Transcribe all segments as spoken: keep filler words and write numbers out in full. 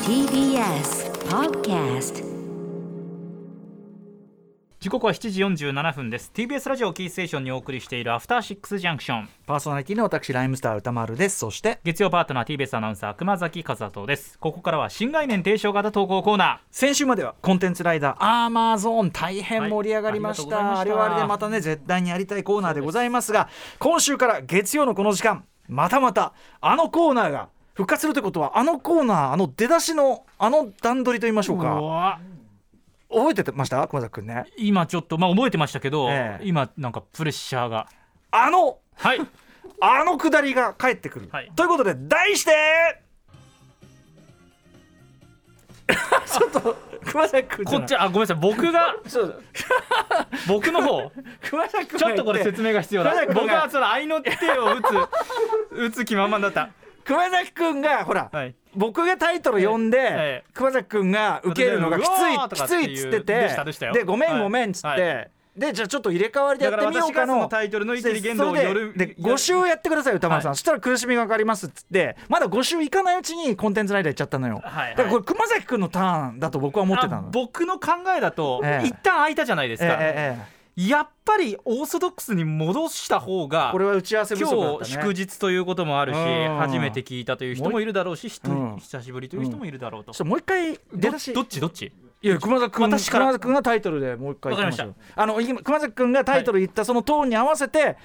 ティービーエス Podcast。 時刻はしちじよんじゅうななふんです。 ティービーエス ラジオキーステーションにお送りしているアフターシックスジャンクション、 パーソナリティの私ライムスター歌丸です。そして月曜パートナー ティービーエス アナウンサー熊崎和人です。ここからは新概念提唱型投稿コーナー。 先週まではコンテンツライダーアーマーゾーン大変盛り上がりました、はい、あ, あれはあれでまたね絶対にやりたいコーナーでございますが、今週から月曜のこの時間またまたあのコーナーが復活するということは、あのコーナー、あの出だしのあの段取りと言いましょうか、 うわ覚えてました熊崎くんね。 今ちょっと、まあ、覚えてましたけど、ええ、今なんかプレッシャーがあの、 はい、 あのくだりが帰ってくる、はい、ということで題してちょっと熊崎くんじゃない、 こっち、あ、ごめんなさい、僕がそう僕の方熊崎くんちょっとこれ説明が必要だ。僕はその愛の手を打つ打つ気満々だった。 熊崎くんがほら、はい、僕がタイトル読んで、はい、熊崎くんが受けるのがきついきついっつってて、でごめんごめんっつって、はいはい、でじゃあちょっと入れ替わりでやってみようかの、 だから私がそのタイトルのイキリ言動をよるでご週やってください歌丸さん、はい、そしたら苦しみが分かりますっつって、まだご週いかないうちにコンテンツライダーやっちゃったのよ、はいはい、だからこれ熊崎くんのターンだと僕は思ってたの。 僕の考えだと、ええ、一旦空いたじゃないですか、ええええやっぱりオーソドックスに戻した方が、 これは打ち合わせ不足だったね。 今日祝日ということもあるし、初めて聞いたという人もいるだろうし、うん、久しぶりという人もいるだろうと、 うん、もう一回出だしど, どっちどっちいや熊崎君熊崎君がタイトルでもう一回言ってましょう。あの熊崎君がタイトル言ったそのトーンに合わせて、はい、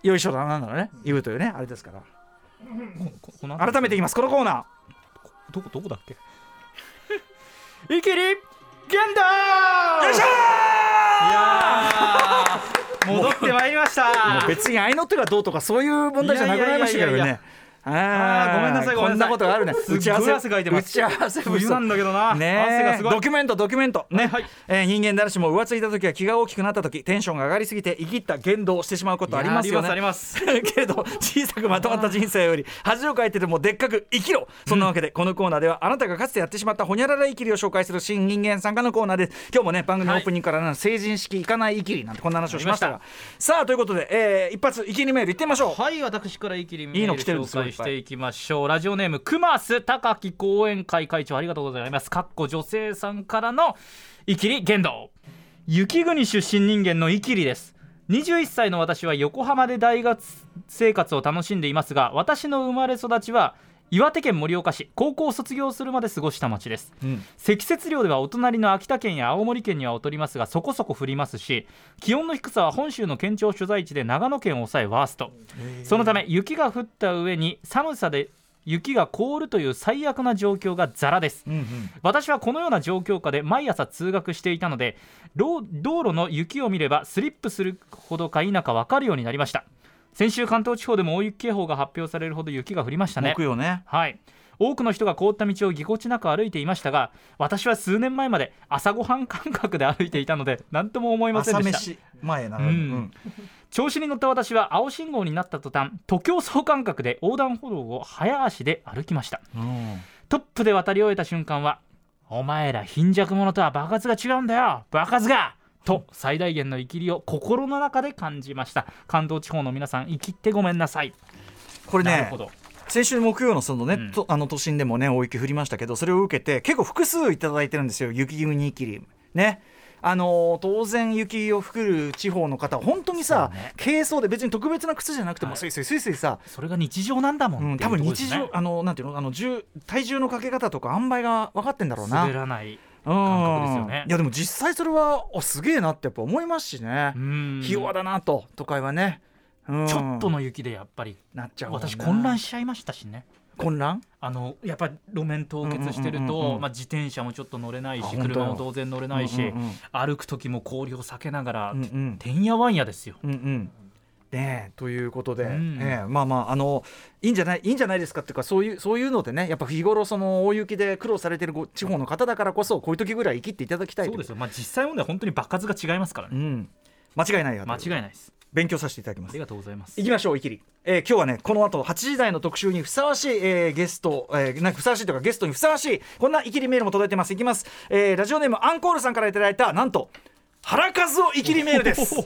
よいしょだなんだろうね言うというねあれですから、ここ改めて言います。このコーナーどこどこだっけイキリ言動、 よいしょー、 いや戻ってまいりました。 もう別に愛の手がどうとかそういう問題じゃなくなりましたけどね。 あーごめんなさい、 こんなことがあるね。 打ち合わせ汗かいてます。 打ち合わせ冬なんだけどな、 ね、 汗がすごい。 ドキュメントドキュメントね、 はい、 えー、人間誰しも浮ついた時や気が大きくなった時、テンションが上がりすぎて生きった言動をしてしまうことありますよね。 ありますありますけれど小さくまとまった人生より恥をかいてでもでっかく生きろ。そんなわけで、うん、このコーナーではあなたがかつてやってしまったほにゃらら生きりを紹介する新人間参加のコーナーです。今日もね番組オープニングからの成人式行かない生きりなんてこんな話をしましたが、さあということで、えー、一発生きりメールいってみましょう。 はい、私から生きりメール紹介していきましょう。ラジオネームクマス高木講演会会長、ありがとうございます。かっこ女性さんからのイキリ言動。雪国出身人間のイキリです。にじゅういっさいの私は横浜で大学生活を楽しんでいますが、私の生まれ育ちは岩手県盛岡市、高校を卒業するまで過ごした町です、うん、積雪量ではお隣の秋田県や青森県には劣りますがそこそこ降りますし、気温の低さは本州の県庁所在地で長野県を抑えワースト。そのため雪が降った上に寒さで雪が凍るという最悪な状況がザラです、うんうん、私はこのような状況下で毎朝通学していたので、道路の雪を見ればスリップするほどか否か分かるようになりました。先週関東地方でも大雪警報が発表されるほど雪が降りましたね。 木曜ね、 はい、多くの人が凍った道をぎこちなく歩いていましたが、私は数年前まで朝ごはん感覚で歩いていたので何とも思いませんでした。 朝飯前な、うんうん、調子に乗った私は青信号になった途端、徒競走感覚で横断歩道を早足で歩きました、うん、トップで渡り終えた瞬間は、お前ら貧弱者とは場数が違うんだよ場数がと最大限のイキリを心の中で感じました。関東地方の皆さん生きってごめんなさい。 これね、先週木曜のそのね、うん、とあの都心でもね大雪降りましたけど、それを受けて結構複数いただいてるんですよ、雪国イキリね。あのー、当然雪を降る地方の方は本当にさ、ね、軽装で別に特別な靴じゃなくても、はい、スイスイスイスイさ、 それが日常なんだもん、うん、 多分日常、あのなんていうの、あの重体重のかけ方とか塩梅が分かってんだろうな。 滑らない感覚ですよね。 いやでも実際それはすげえなってやっぱ思いますしね。ひ弱だなと都会はね、 うん、ちょっとの雪でやっぱりなっちゃう。私混乱しちゃいましたしね。 混乱、 あのやっぱり路面凍結してると、うんうんうんうん、まあ、自転車もちょっと乗れないし車も当然乗れないし、うんうんうん、歩く時も氷を避けながら、うんうん、てんやわんやですよ、 うんうんね、ということで、うんえー、まあまああのいいんじゃないいいんじゃないですかっていうか、そういうそういうのでね、やっぱ日頃その大雪で苦労されてる地方の方だからこそこういう時ぐらい生きっていただきたいと。 そうですよ、まあ、実際問題は本当に場数が違いますからね、うん、 間違いないよ。 間違いないです。 勉強させていただきます。 ありがとうございます。 いきましょう、イキリ、えー、今日はねこの後はちじ台の特集にふさわしい、えー、ゲスト、えー、なんかふさわしいというかゲストにふさわしいこんなイキリメールも届いてます。いきます、えー、ラジオネームアンコールさんからいただいたなんと原和夫イキリメールです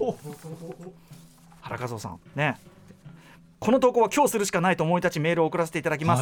原和夫さんね、この投稿は今日するしかないと思い立ちメールを送らせていただきます、はい、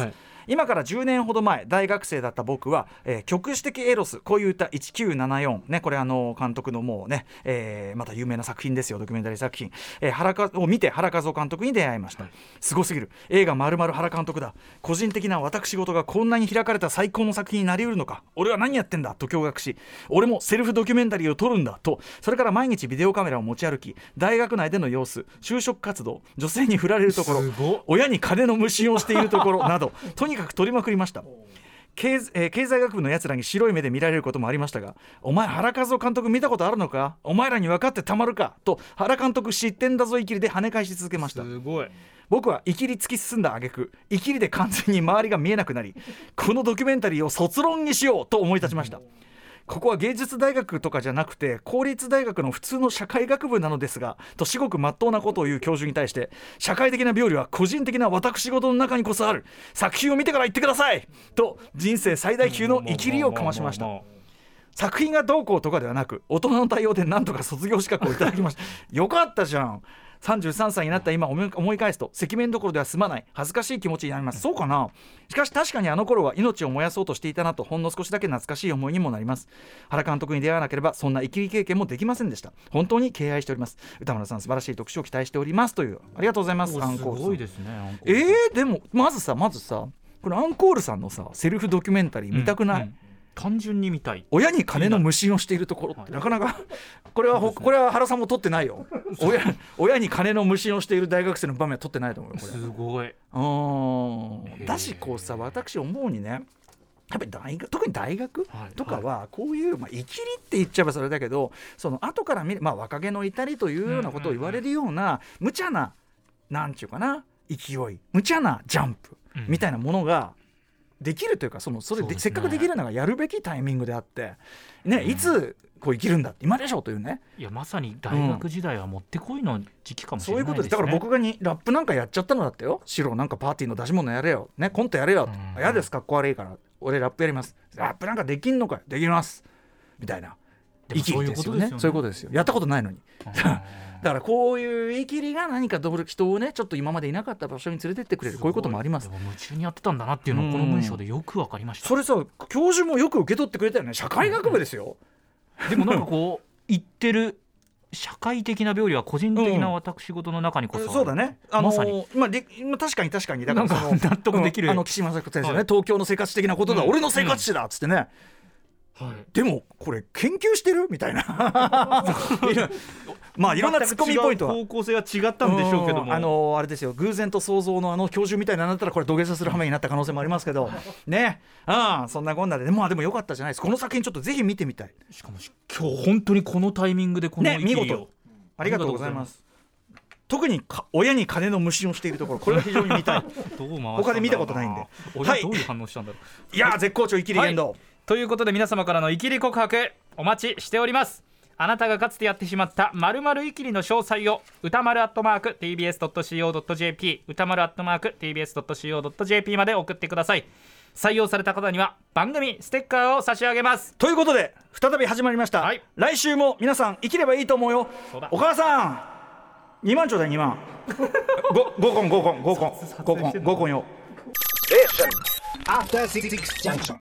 今からじゅうねんほど前大学生だった僕は、えー、局地的エロス恋歌いちきゅうななよん、ね、これあの監督のもうね、えー、また有名な作品ですよ、ドキュメンタリー作品、えー、原かを見て原和夫監督に出会いました。すごすぎる、映画まるまる原監督だ、個人的な私事がこんなに開かれた最高の作品になりうるのか、俺は何やってんだと驚愕し、俺もセルフドキュメンタリーを撮るんだと、それから毎日ビデオカメラを持ち歩き、大学内での様子、就職活動、女性に振られるところ、親に金の無心をしているところなどとにかく撮りまくりました。経, えー、経済学部のやつらに白い目で見られることもありましたが、お前原和夫監督見たことあるのか、お前らに分かってたまるかと原監督知ってんだぞいきりで跳ね返し続けました。 すごい。 僕はイキリ突き進んだ挙句、イキリで完全に周りが見えなくなり、このドキュメンタリーを卒論にしようと思い立ちました。ここは芸術大学とかじゃなくて公立大学の普通の社会学部なのですがと至極真っ当なことを言う教授に対して、社会的な病理は個人的な私事の中にこそある、作品を見てから言ってくださいと人生最大級のイキリをかましました。作品がどうこうとかではなく、大人の対応でなんとか卒業資格をいただきました。よかったじゃん。さんじゅうさんさいになった今思い返すと赤面どころでは済まない恥ずかしい気持ちになります。そうかな。しかし確かにあの頃は命を燃やそうとしていたなと、ほんの少しだけ懐かしい思いにもなります。原監督に出会わなければそんな生きり経験もできませんでした。本当に敬愛しております。歌丸さん素晴らしい特集を期待しておりますという、ありがとうございます。アンコールさんすごいですね。 えー、でもまずさまずさこれアンコールさんのさセルフドキュメンタリー見たくない？うんうん、 単純に見たい。 親に金の無心をしているところってなかなかこれはこれは原さんも撮ってないよ。親, 親に金の無心をしている大学生の場面は撮ってないと思うよこれ。 すごい。 うんだしこうさ、私思うにね、やっぱり大学特に大学とかはこういう、まあ、イキリって言っちゃえばそれだけど、その後から見る、まあ、若気の至りというようなことを言われるような無茶ななんていうかな勢い、無茶なジャンプみたいなものができるというか、そのそれでせっかくできるのがやるべきタイミングであって、ね、いつこう生きるんだって今でしょというね。 いやまさに大学時代はもってこいの時期かもしれないですね。そういうことです。だから僕がにラップなんかやっちゃったのだってよ。白なんかパーティーの出し物やれよ、ね、コントやれよ、嫌ですかっこ悪いから俺ラップやります、ラップなんかできんのかよ、できますみたいな生きりですよね。そういうことですよ。やったことないのにだからこういう言い切りが何か人をねちょっと今までいなかった場所に連れてってくれる、こういうこともあります。 でも夢中にやってたんだなっていうのをこの文章でよく分かりました。 それさ教授もよく受け取ってくれたよね。社会学部ですよ、 うん、でもなんかこう言ってる社会的な病理は個人的な私事の中にこそ、うん、 そうだね、あのーまさに、 まあ、で確かに確かにだからその納得できる、 うん、あの岸正子先生ね、はい、東京の生活史的なことだ、うん、俺の生活史だっつってね、うんはい、でもこれ研究してるみたいなまあいろんなツッコミポイントは方向性が違ったんでしょうけども、 あのー、あれですよ、偶然と想像のあの教授みたいなのだったらこれ土下座する羽目になった可能性もありますけどね、ああそんなこんなで、まあでも良かったじゃないですか。この作品ちょっとぜひ見てみたい。 しかも今日本当にこのタイミングでこのね見事ありがとうございます。特に親に金の無心をしているところ、これは非常に見たいどう回した他で見たことないんで、 俺はどういう反応したんだろう、 はい、いや絶好調イキリ言動、はい、 ということで皆様からのイキリ告白お待ちしております。あなたがかつてやってしまった〇〇イキリの詳細を歌丸アットマーク ティービーエスドットシーオードットジェーピー 歌丸アットマーク ティービーエスドットシーオードットジェーピー まで送ってください。採用された方には番組ステッカーを差し上げます。 ということで再び始まりました、はい、来週も皆さん生きればいいと思うよ。お母さんにまんちょうだい、にまんごコンごコンごコンごコンごコンよ。